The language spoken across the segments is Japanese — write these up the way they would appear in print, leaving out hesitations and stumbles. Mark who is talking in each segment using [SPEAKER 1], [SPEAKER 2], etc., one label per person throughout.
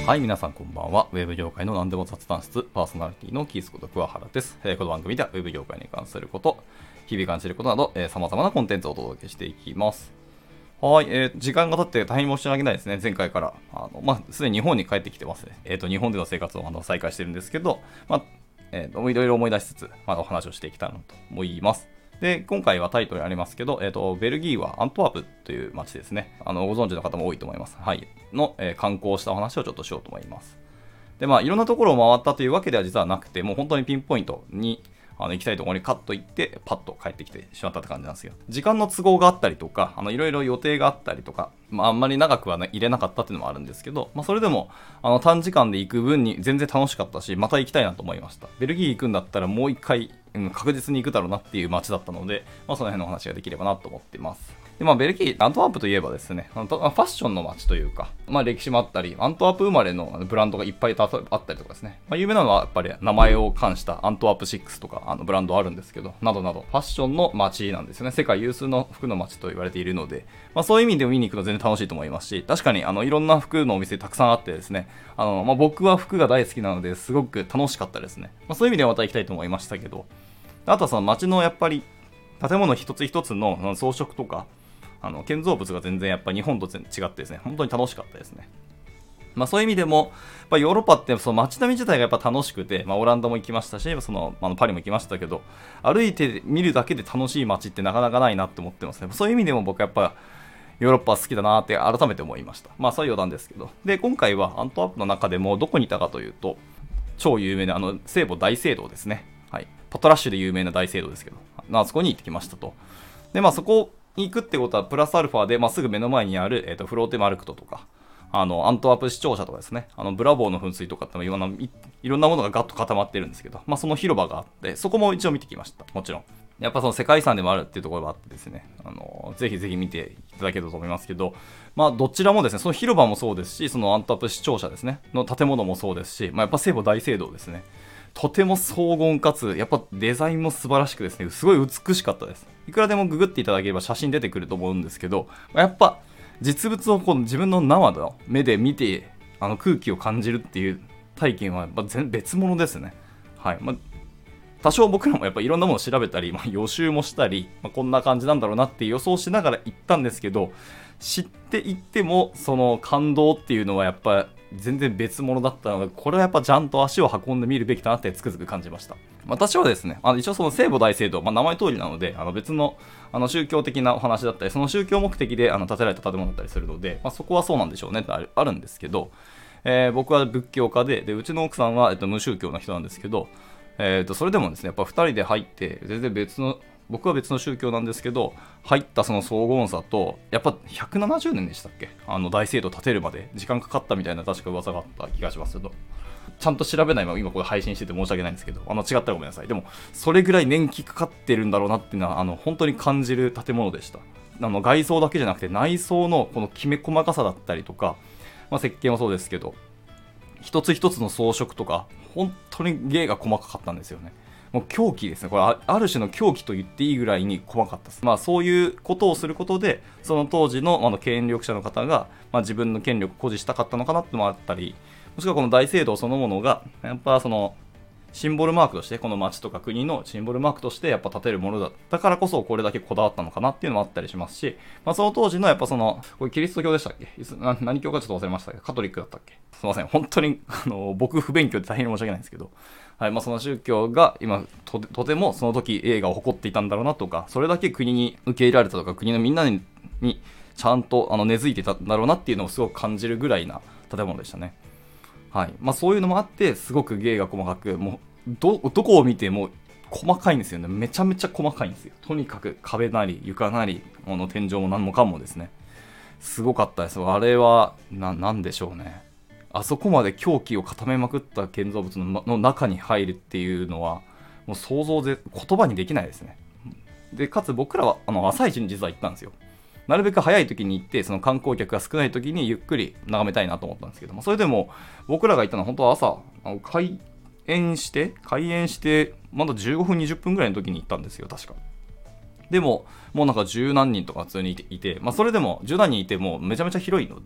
[SPEAKER 1] はい、皆さんこんばんは。ウェブ業界の何でも雑談室、パーソナリティのキースこと桑原です。この番組ではウェブ業界に関すること、日々感じることなど、様々なコンテンツをお届けしていきます。はい、時間が経って大変申し訳ないですね。前回から、すでに日本に帰ってきてますね。日本での生活を再開してるんですけど、いろいろ思い出しつつ、お話をしていきたいなと思います。で、今回はタイトルにありますけど、ベルギーはアントワープという街ですね。ご存知の方も多いと思います。はい。の、観光したお話をちょっとしようと思います。で、いろんなところを回ったというわけでは実はなくて、もう本当にピンポイントに行きたいところにカッと行って、パッと帰ってきてしまったって感じなんですよ。時間の都合があったりとか、いろいろ予定があったりとか、あんまり長くは、入れなかったっていうのもあるんですけど、それでも、短時間で行く分に全然楽しかったし、また行きたいなと思いました。ベルギー行くんだったらもう一回、確実に行くだろうなっていう街だったので、その辺の話ができればなと思っています。で、ベルギー、アントワープといえばですね、ファッションの街というか、歴史もあったり、アントワープ生まれのブランドがいっぱいあったりとかですね、有名なのはやっぱり名前を冠したアントワープ6とか、ブランドあるんですけど、などなど、ファッションの街なんですよね。世界有数の服の街と言われているので、そういう意味で見に行くと全然楽しいと思いますし、確かにいろんな服のお店たくさんあってですね、僕は服が大好きなので、すごく楽しかったですね。そういう意味ではまた行きたいと思いましたけど、あとはその街のやっぱり、建物一つ一つの装飾とか、建造物が全然やっぱ日本と違ってですね、本当に楽しかったですね。そういう意味でも、ヨーロッパってその街並み自体がやっぱ楽しくて、オランダも行きましたし、パリも行きましたけど、歩いて見るだけで楽しい街ってなかなかないなって思ってますね。そういう意味でも僕はやっぱヨーロッパ好きだなって改めて思いました。そういう余談ですけど。で、今回はアントワープの中でもどこにいたかというと、超有名な聖母大聖堂ですね。はい。ポトラッシュで有名な大聖堂ですけど、あそこに行ってきましたと。で、そこに行くってことは、プラスアルファで、すぐ目の前にある、フローテマルクトとか、アントワープ市庁舎とかですね、ブラボーの噴水とかっていろんなものがガッと固まってるんですけど、その広場があって、そこも一応見てきました。もちろん。やっぱその世界遺産でもあるっていうところがあってですね、ぜひぜひ見ていただけると思いますけど、どちらもですね、その広場もそうですし、そのアントワープ市庁舎ですね、の建物もそうですし、やっぱ聖母大聖堂ですね。とても荘厳かつ、やっぱデザインも素晴らしくですね、すごい美しかったです。いくらでもググっていただければ写真出てくると思うんですけど、やっぱ実物を自分の生の目で見て、空気を感じるっていう体験は別物ですね。はい。多少僕らもやっぱいろんなものを調べたり、予習もしたり、こんな感じなんだろうなって予想しながら行ったんですけど、知っていってもその感動っていうのはやっぱ全然別物だったので、これはやっぱちゃんと足を運んでみるべきだなってつくづく感じました。私はですね、一応その聖母大聖堂、名前通りなので、別の宗教的なお話だったり、その宗教目的で建てられた建物だったりするので、そこはそうなんでしょうねってあるんですけど、僕は仏教家で、うちの奥さんは、無宗教の人なんですけど、それでもですね、やっぱ2人で入って、全然僕は別の宗教なんですけど、入ったその荘厳さと、やっぱ170年でしたっけ、大聖堂建てるまで時間かかったみたいな確か噂があった気がしますけど、ちゃんと調べないまま今これ配信してて申し訳ないんですけど、違ったらごめんなさい。でも、それぐらい年季かかってるんだろうなっていうのは、本当に感じる建物でした。外装だけじゃなくて内装のこのきめ細かさだったりとか、設計もそうですけど、一つ一つの装飾とか、本当に芸が細かかったんですよね。もう狂気ですね。これある種の狂気と言っていいぐらいに細かったです。そういうことをすることで、その当時の権力者の方が、自分の権力を誇示したかったのかなってのもあったり、もしくはこの大聖堂そのものが、やっぱその、シンボルマークとして、この町とか国のシンボルマークとしてやっぱ建てるものだったからこそこれだけこだわったのかなっていうのもあったりしますし、その当時のやっぱその、これキリスト教でしたっけ、何教かちょっと忘れましたけど、カトリックだったっけ、すいません。本当に、僕不勉強で大変申し訳ないんですけど、はい、その宗教が今とてもその時栄華を誇っていたんだろうなとか、それだけ国に受け入れられたとか、国のみんなにちゃんと根付いていたんだろうなっていうのをすごく感じるぐらいな建物でしたね。はい。そういうのもあって、すごく芸が細かく、もう、どこを見ても細かいんですよね。めちゃめちゃ細かいんですよ。とにかく壁なり床なり、天井も何もかもですね。すごかったです。あれは、なんでしょうね。あそこまで狂気を固めまくった建造物の中に入るっていうのは、もう想像で、言葉にできないですね。で、かつ僕らは、朝一に実は行ったんですよ。なるべく早い時に行って、その観光客が少ない時にゆっくり眺めたいなと思ったんですけども、それでも僕らが行ったのは本当は朝、開園して、まだ15分、20分ぐらいの時に行ったんですよ、確か。でも、もうなんか十何人とか普通にいて、それでも十何人いてもめちゃめちゃ広いので、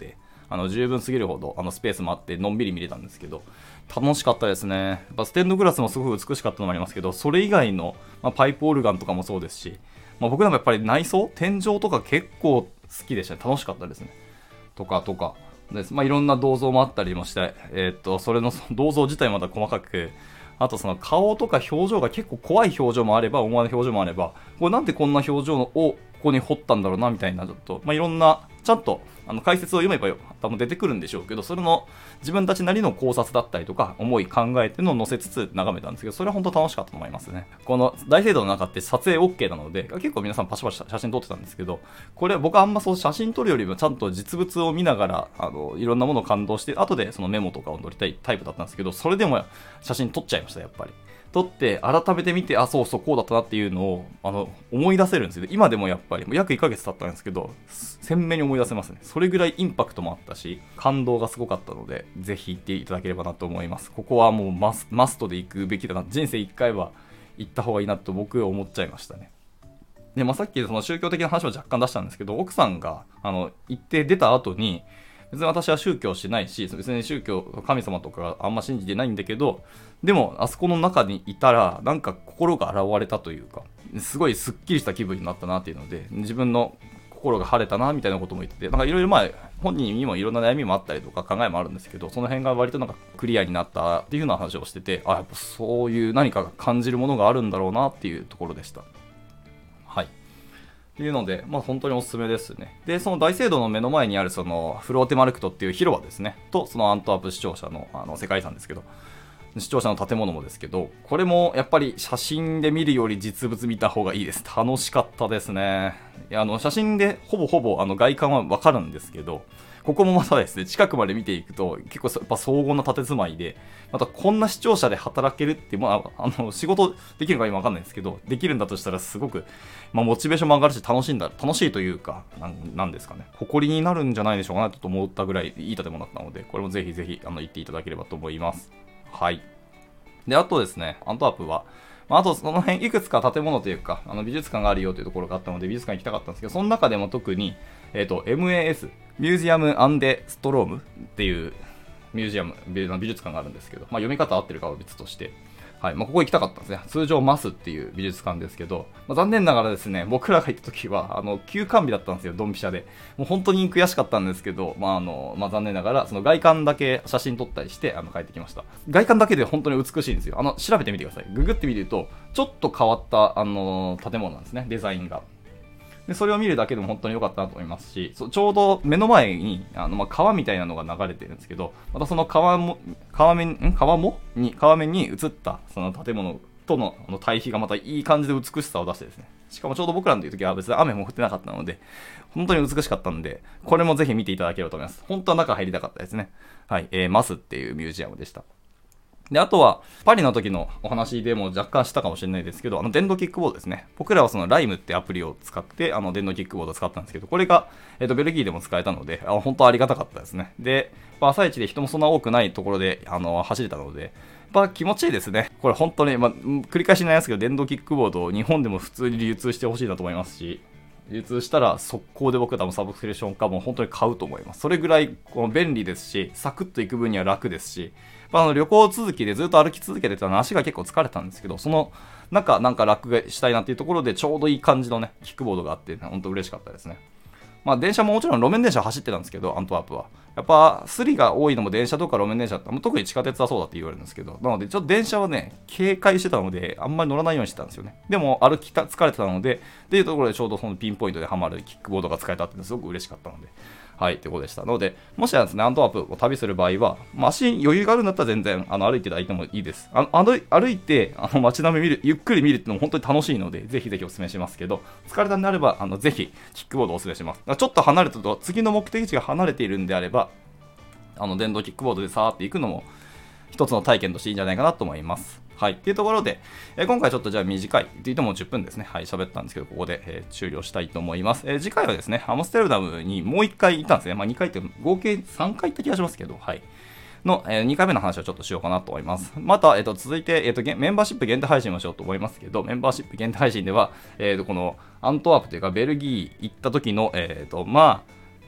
[SPEAKER 1] 十分すぎるほどスペースもあってのんびり見れたんですけど、楽しかったですね。やっぱステンドグラスもすごく美しかったのもありますけど、それ以外の、パイプオルガンとかもそうですし、僕なんかやっぱり内装天井とか結構好きでしたね。楽しかったですね。とかです。いろんな銅像もあったりもして、それの銅像自体まだ細かく、あとその顔とか表情が結構怖い表情もあれば、思わぬ表情もあれば、これなんでこんな表情をここに彫ったんだろうなみたいな、ちょっと、いろんな、ちゃんと解説を読めば多分出てくるんでしょうけど、それの自分たちなりの考察だったりとか、思い考えての載せつつ眺めたんですけど、それは本当楽しかったと思いますね。この大聖堂の中って撮影 OK なので、結構皆さんパシパシ写真撮ってたんですけど、これ僕はあんまそう写真撮るよりもちゃんと実物を見ながら、いろんなものを感動して、後でそのメモとかを撮りたいタイプだったんですけど、それでも写真撮っちゃいました、やっぱり。撮って改めて見て、そうそうこうだったなっていうのを思い出せるんですよ。今でもやっぱり約1ヶ月経ったんですけど、鮮明に思い出せますね。それぐらいインパクトもあったし、感動がすごかったので、ぜひ行っていただければなと思います。ここはもうマストで行くべきだな、人生1回は行った方がいいなと僕は思っちゃいましたね。で、さっきその宗教的な話も若干出したんですけど、奥さんが行って出た後に、別に私は宗教してないし、別に宗教、神様とかあんま信じてないんだけど、でもあそこの中にいたらなんか心が洗われたというか、すごいスッキリした気分になったなっていうので、自分の心が晴れたなみたいなことも言ってて、なんかいろいろ本人にもいろんな悩みもあったりとか考えもあるんですけど、その辺が割となんかクリアになったっていうような話をしてて、やっぱそういう何か感じるものがあるんだろうなっていうところでした。はい。っていうので、本当におすすめですね。で、その大聖堂の目の前にあるそのフローテマルクトっていう広場ですね、とそのアントワープ市庁舎の世界遺産ですけど、視聴者の建物もですけど、これもやっぱり写真で見るより実物見た方がいいです。楽しかったですね。写真でほぼ外観はわかるんですけど、ここもまたですね、近くまで見ていくと結構やっぱ荘厳な佇まいで、またこんな視聴者で働けるって、仕事できるか今わかんないですけど、できるんだとしたらすごく、モチベーションも上がるし楽しいというか、なんですかね、誇りになるんじゃないでしょうかなと思ったぐらいいい建物だったので、これもぜひぜひ行っていただければと思います。はい。で、あとですね、アントワープは、あとその辺いくつか建物というか、美術館があるよというところがあったので、美術館行きたかったんですけど、その中でも特に、MAS、ミュージアム・アンデ・ストロームっていうミュージアム、美術館があるんですけど、読み方合ってるかは別として、はい、ここ行きたかったんですね。通常マスっていう美術館ですけど、残念ながらですね、僕らが行った時は、休館日だったんですよ、ドンピシャで。もう本当に悔しかったんですけど、残念ながら、その外観だけ写真撮ったりして、帰ってきました。外観だけで本当に美しいんですよ。調べてみてください。ググってみると、ちょっと変わった、建物なんですね、デザインが。で、それを見るだけでも本当に良かったなと思いますし、ちょうど目の前に川みたいなのが流れてるんですけど、またその川面に映ったその建物との対比がまたいい感じで美しさを出してですね、しかもちょうど僕らの時は別に雨も降ってなかったので、本当に美しかったんで、これもぜひ見ていただければと思います。本当は中入りたかったですね。はい、マスっていうミュージアムでした。で、あとは、パリの時のお話でも若干したかもしれないですけど、電動キックボードですね。僕らはそのライムってアプリを使って、電動キックボードを使ったんですけど、これが、ベルギーでも使えたので、本当ありがたかったですね。で、朝一で人もそんな多くないところで、走れたので、やっぱ気持ちいいですね。これ本当に、繰り返しになりますけど、電動キックボードを日本でも普通に流通してほしいなと思いますし、流通したら速攻で僕は多分サブスクリプション化も本当に買うと思います。それぐらい便利ですし、サクッと行く分には楽ですし、旅行続きでずっと歩き続けてたの足が結構疲れたんですけど、その中なんか楽がしたいなっていうところでちょうどいい感じのね、キックボードがあって、本当嬉しかったですね。電車ももちろん路面電車走ってたんですけど、アントワープは。やっぱ、スリが多いのも電車とか路面電車って、特に地下鉄はそうだって言われるんですけど、なので、ちょっと電車はね、警戒してたので、あんまり乗らないようにしてたんですよね。でも、疲れてたので、っていうところでちょうどそのピンポイントでハマるキックボードが使えたっていうのはすごく嬉しかったので、はい、ということでした。なので、もしですね、アントワープを旅する場合は、足に余裕があるんだったら全然、歩いていてもいいです。歩いて、街並み見る、ゆっくり見るっていうのも本当に楽しいので、ぜひぜひお勧めしますけど、疲れたんであれば、ぜひ、キックボードをお勧めします。ちょっと離れたと、次の目的地が離れているんであれば、電動キックボードでさーって行くのも、一つの体験としていいんじゃないかなと思います。はい。っていうところで、今回ちょっとじゃあ短いって言っても10分ですね。はい。喋ったんですけど、ここで、終了したいと思います。次回はですね、アムステルダムにもう1回行ったんですね。2回って合計3回行った気がしますけど、はい。の、2回目の話をちょっとしようかなと思います。また、続いて、メンバーシップ限定配信をしようと思いますけど、メンバーシップ限定配信では、このアントワープというかベルギー行った時の、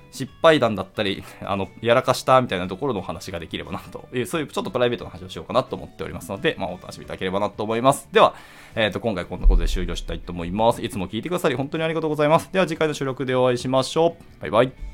[SPEAKER 1] 失敗談だったり、やらかしたみたいなところのお話ができればなという、そういうちょっとプライベートな話をしようかなと思っておりますので、お楽しみいただければなと思います。では、今回こんなことで終了したいと思います。いつも聞いてくださり本当にありがとうございます。では次回の収録でお会いしましょう。バイバイ。